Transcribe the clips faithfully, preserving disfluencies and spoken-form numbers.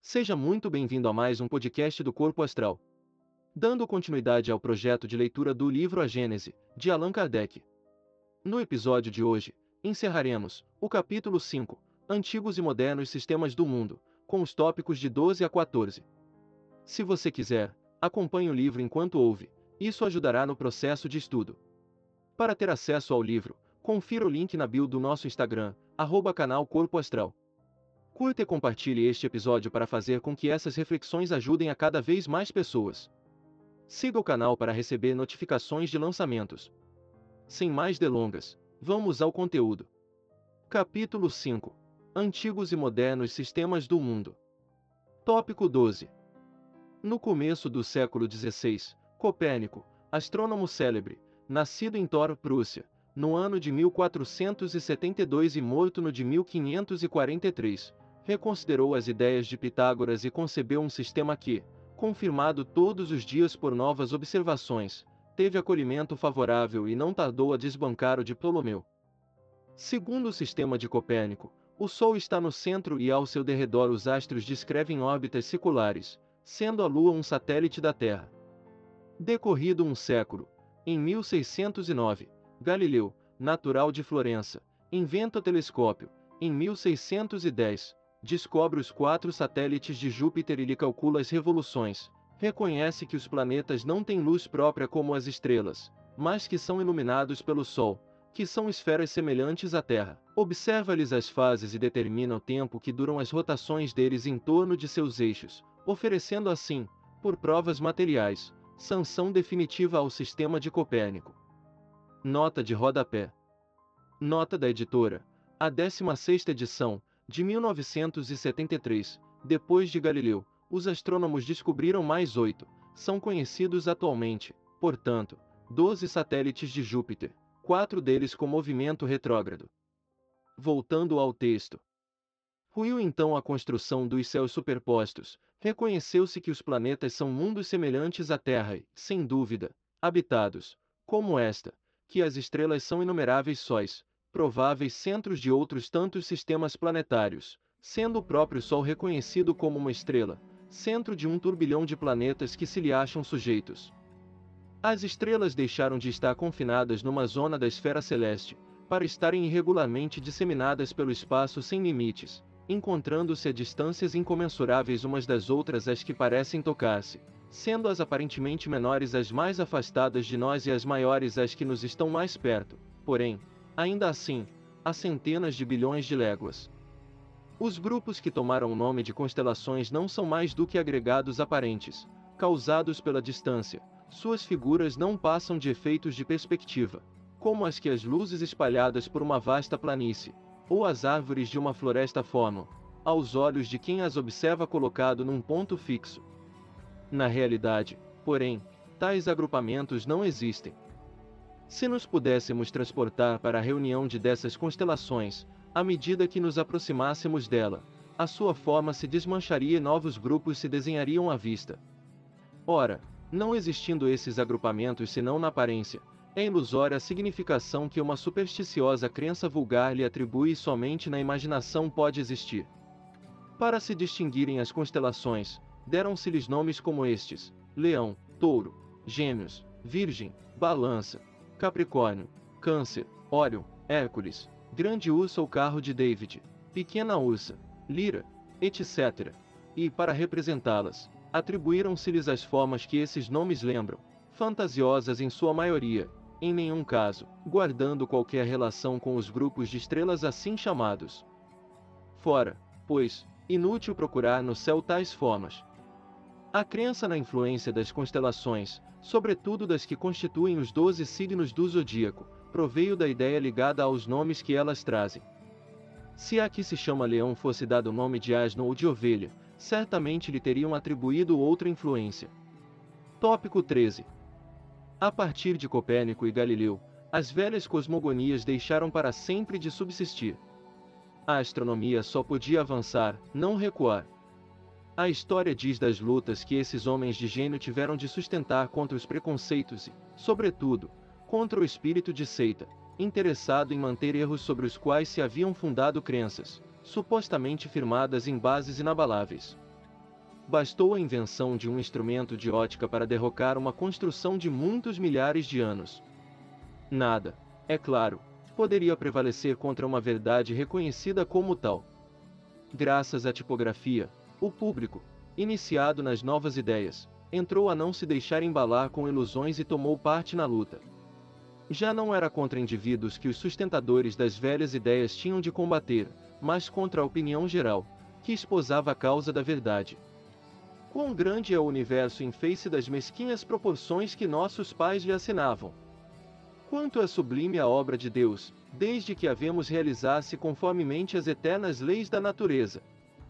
Seja muito bem-vindo a mais um podcast do Corpo Astral. Dando continuidade ao projeto de leitura do livro A Gênese, de Allan Kardec. No episódio de hoje, encerraremos o capítulo cinco, Antigos e Modernos Sistemas do Mundo, com os tópicos de doze a quatorze. Se você quiser, acompanhe o livro enquanto ouve, isso ajudará no processo de estudo. Para ter acesso ao livro, confira o link na bio do nosso Instagram, arroba canal Corpo Astral. Curta e compartilhe este episódio para fazer com que essas reflexões ajudem a cada vez mais pessoas. Siga o canal para receber notificações de lançamentos. Sem mais delongas, vamos ao conteúdo. Capítulo cinco. Antigos e Modernos Sistemas do Mundo. Tópico doze. No começo do século dezesseis, Copérnico, astrônomo célebre, nascido em Tor, Prússia, no ano de mil quatrocentos e setenta e dois e morto no de mil quinhentos e quarenta e três, reconsiderou as ideias de Pitágoras e concebeu um sistema que, confirmado todos os dias por novas observações, teve acolhimento favorável e não tardou a desbancar o de Ptolomeu. Segundo o sistema de Copérnico, o Sol está no centro e ao seu derredor os astros descrevem órbitas circulares, sendo a Lua um satélite da Terra. Decorrido um século, em mil seiscentos e nove, Galileu, natural de Florença, inventa o telescópio. Em mil seiscentos e dez, descobre os quatro satélites de Júpiter e lhe calcula as revoluções. Reconhece que os planetas não têm luz própria como as estrelas, mas que são iluminados pelo Sol, que são esferas semelhantes à Terra. Observa-lhes as fases e determina o tempo que duram as rotações deles em torno de seus eixos, oferecendo assim, por provas materiais, sanção definitiva ao sistema de Copérnico. Nota de rodapé. Nota da editora. A décima sexta edição, de mil novecentos e setenta e três, depois de Galileu, os astrônomos descobriram mais oito, são conhecidos atualmente, portanto, doze satélites de Júpiter, quatro deles com movimento retrógrado. Voltando ao texto. Ruiu então a construção dos céus superpostos, reconheceu-se que os planetas são mundos semelhantes à Terra e, sem dúvida, habitados, como esta, que as estrelas são inumeráveis sóis, prováveis centros de outros tantos sistemas planetários, sendo o próprio Sol reconhecido como uma estrela, centro de um turbilhão de planetas que se lhe acham sujeitos. As estrelas deixaram de estar confinadas numa zona da esfera celeste, para estarem irregularmente disseminadas pelo espaço sem limites, encontrando-se a distâncias incomensuráveis umas das outras as que parecem tocar-se, sendo as aparentemente menores as mais afastadas de nós e as maiores as que nos estão mais perto, porém, ainda assim, há centenas de bilhões de léguas. Os grupos que tomaram o nome de constelações não são mais do que agregados aparentes, causados pela distância. Suas figuras não passam de efeitos de perspectiva, como as que as luzes espalhadas por uma vasta planície, ou as árvores de uma floresta formam, aos olhos de quem as observa colocado num ponto fixo. Na realidade, porém, tais agrupamentos não existem. Se nos pudéssemos transportar para a reunião de dessas constelações, à medida que nos aproximássemos dela, a sua forma se desmancharia e novos grupos se desenhariam à vista. Ora, não existindo esses agrupamentos senão na aparência, é ilusória a significação que uma supersticiosa crença vulgar lhe atribui e somente na imaginação pode existir. Para se distinguirem as constelações, deram-se-lhes nomes como estes: Leão, Touro, Gêmeos, Virgem, Balança, Capricórnio, Câncer, Órion, Hércules, Grande Ursa ou Carro de David, Pequena Ursa, Lira, etcétera. E, para representá-las, atribuíram-se-lhes as formas que esses nomes lembram, fantasiosas em sua maioria, em nenhum caso, guardando qualquer relação com os grupos de estrelas assim chamados. Fora, pois, inútil procurar no céu tais formas. A crença na influência das constelações, sobretudo das que constituem os doze signos do zodíaco, proveio da ideia ligada aos nomes que elas trazem. Se a que se chama leão fosse dado o nome de asno ou de ovelha, certamente lhe teriam atribuído outra influência. Tópico treze. A partir de Copérnico e Galileu, as velhas cosmogonias deixaram para sempre de subsistir. A astronomia só podia avançar, não recuar. A história diz das lutas que esses homens de gênio tiveram de sustentar contra os preconceitos e, sobretudo, contra o espírito de seita, interessado em manter erros sobre os quais se haviam fundado crenças, supostamente firmadas em bases inabaláveis. bastou a invenção de um instrumento de ótica para derrocar uma construção de muitos milhares de anos. Nada, é claro, poderia prevalecer contra uma verdade reconhecida como tal. Graças à tipografia, o público, iniciado nas novas ideias, entrou a não se deixar embalar com ilusões e tomou parte na luta. Já não era contra indivíduos que os sustentadores das velhas ideias tinham de combater, mas contra a opinião geral, que esposava a causa da verdade. Quão grande é o universo em face das mesquinhas proporções que nossos pais lhe assinavam! Quanto é sublime a obra de Deus, desde que a vemos realizar-se conformemente às eternas leis da natureza!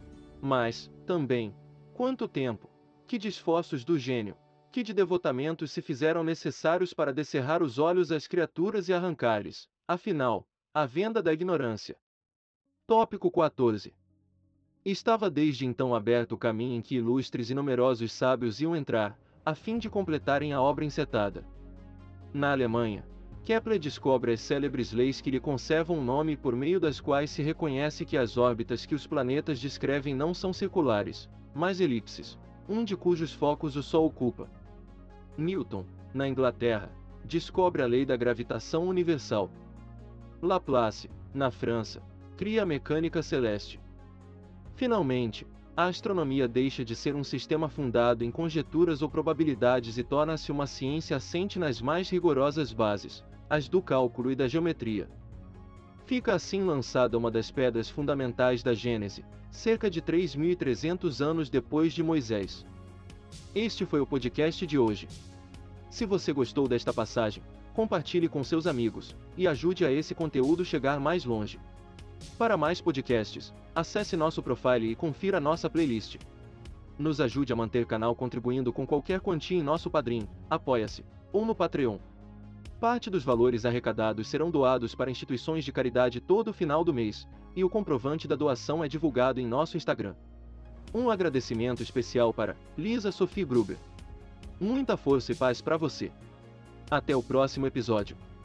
Mas, também, quanto tempo, que de esforços do gênio, que de devotamentos se fizeram necessários para descerrar os olhos às criaturas e arrancar-lhes, afinal, a venda da ignorância. Tópico quatorze. Estava desde então aberto o caminho em que ilustres e numerosos sábios iam entrar, a fim de completarem a obra encetada. Na Alemanha, Kepler descobre as célebres leis que lhe conservam um nome por meio das quais se reconhece que as órbitas que os planetas descrevem não são circulares, mas elipses, um de cujos focos o Sol ocupa. Newton, na Inglaterra, descobre a lei da gravitação universal. Laplace, na França, cria a mecânica celeste. Finalmente, a astronomia deixa de ser um sistema fundado em conjecturas ou probabilidades e torna-se uma ciência assente nas mais rigorosas bases, as do cálculo e da geometria. Fica assim lançada uma das pedras fundamentais da Gênese, cerca de três mil e trezentos anos depois de Moisés. Este foi o podcast de hoje. Se você gostou desta passagem, compartilhe com seus amigos, e ajude a esse conteúdo chegar mais longe. Para mais podcasts, acesse nosso profile e confira nossa playlist. Nos ajude a manter o canal contribuindo com qualquer quantia em nosso Padrim, Apoia-se, ou no Patreon. Parte dos valores arrecadados serão doados para instituições de caridade todo final do mês, e o comprovante da doação é divulgado em nosso Instagram. Um agradecimento especial para Lisa Sophie Gruber. Muita força e paz para você. Até o próximo episódio.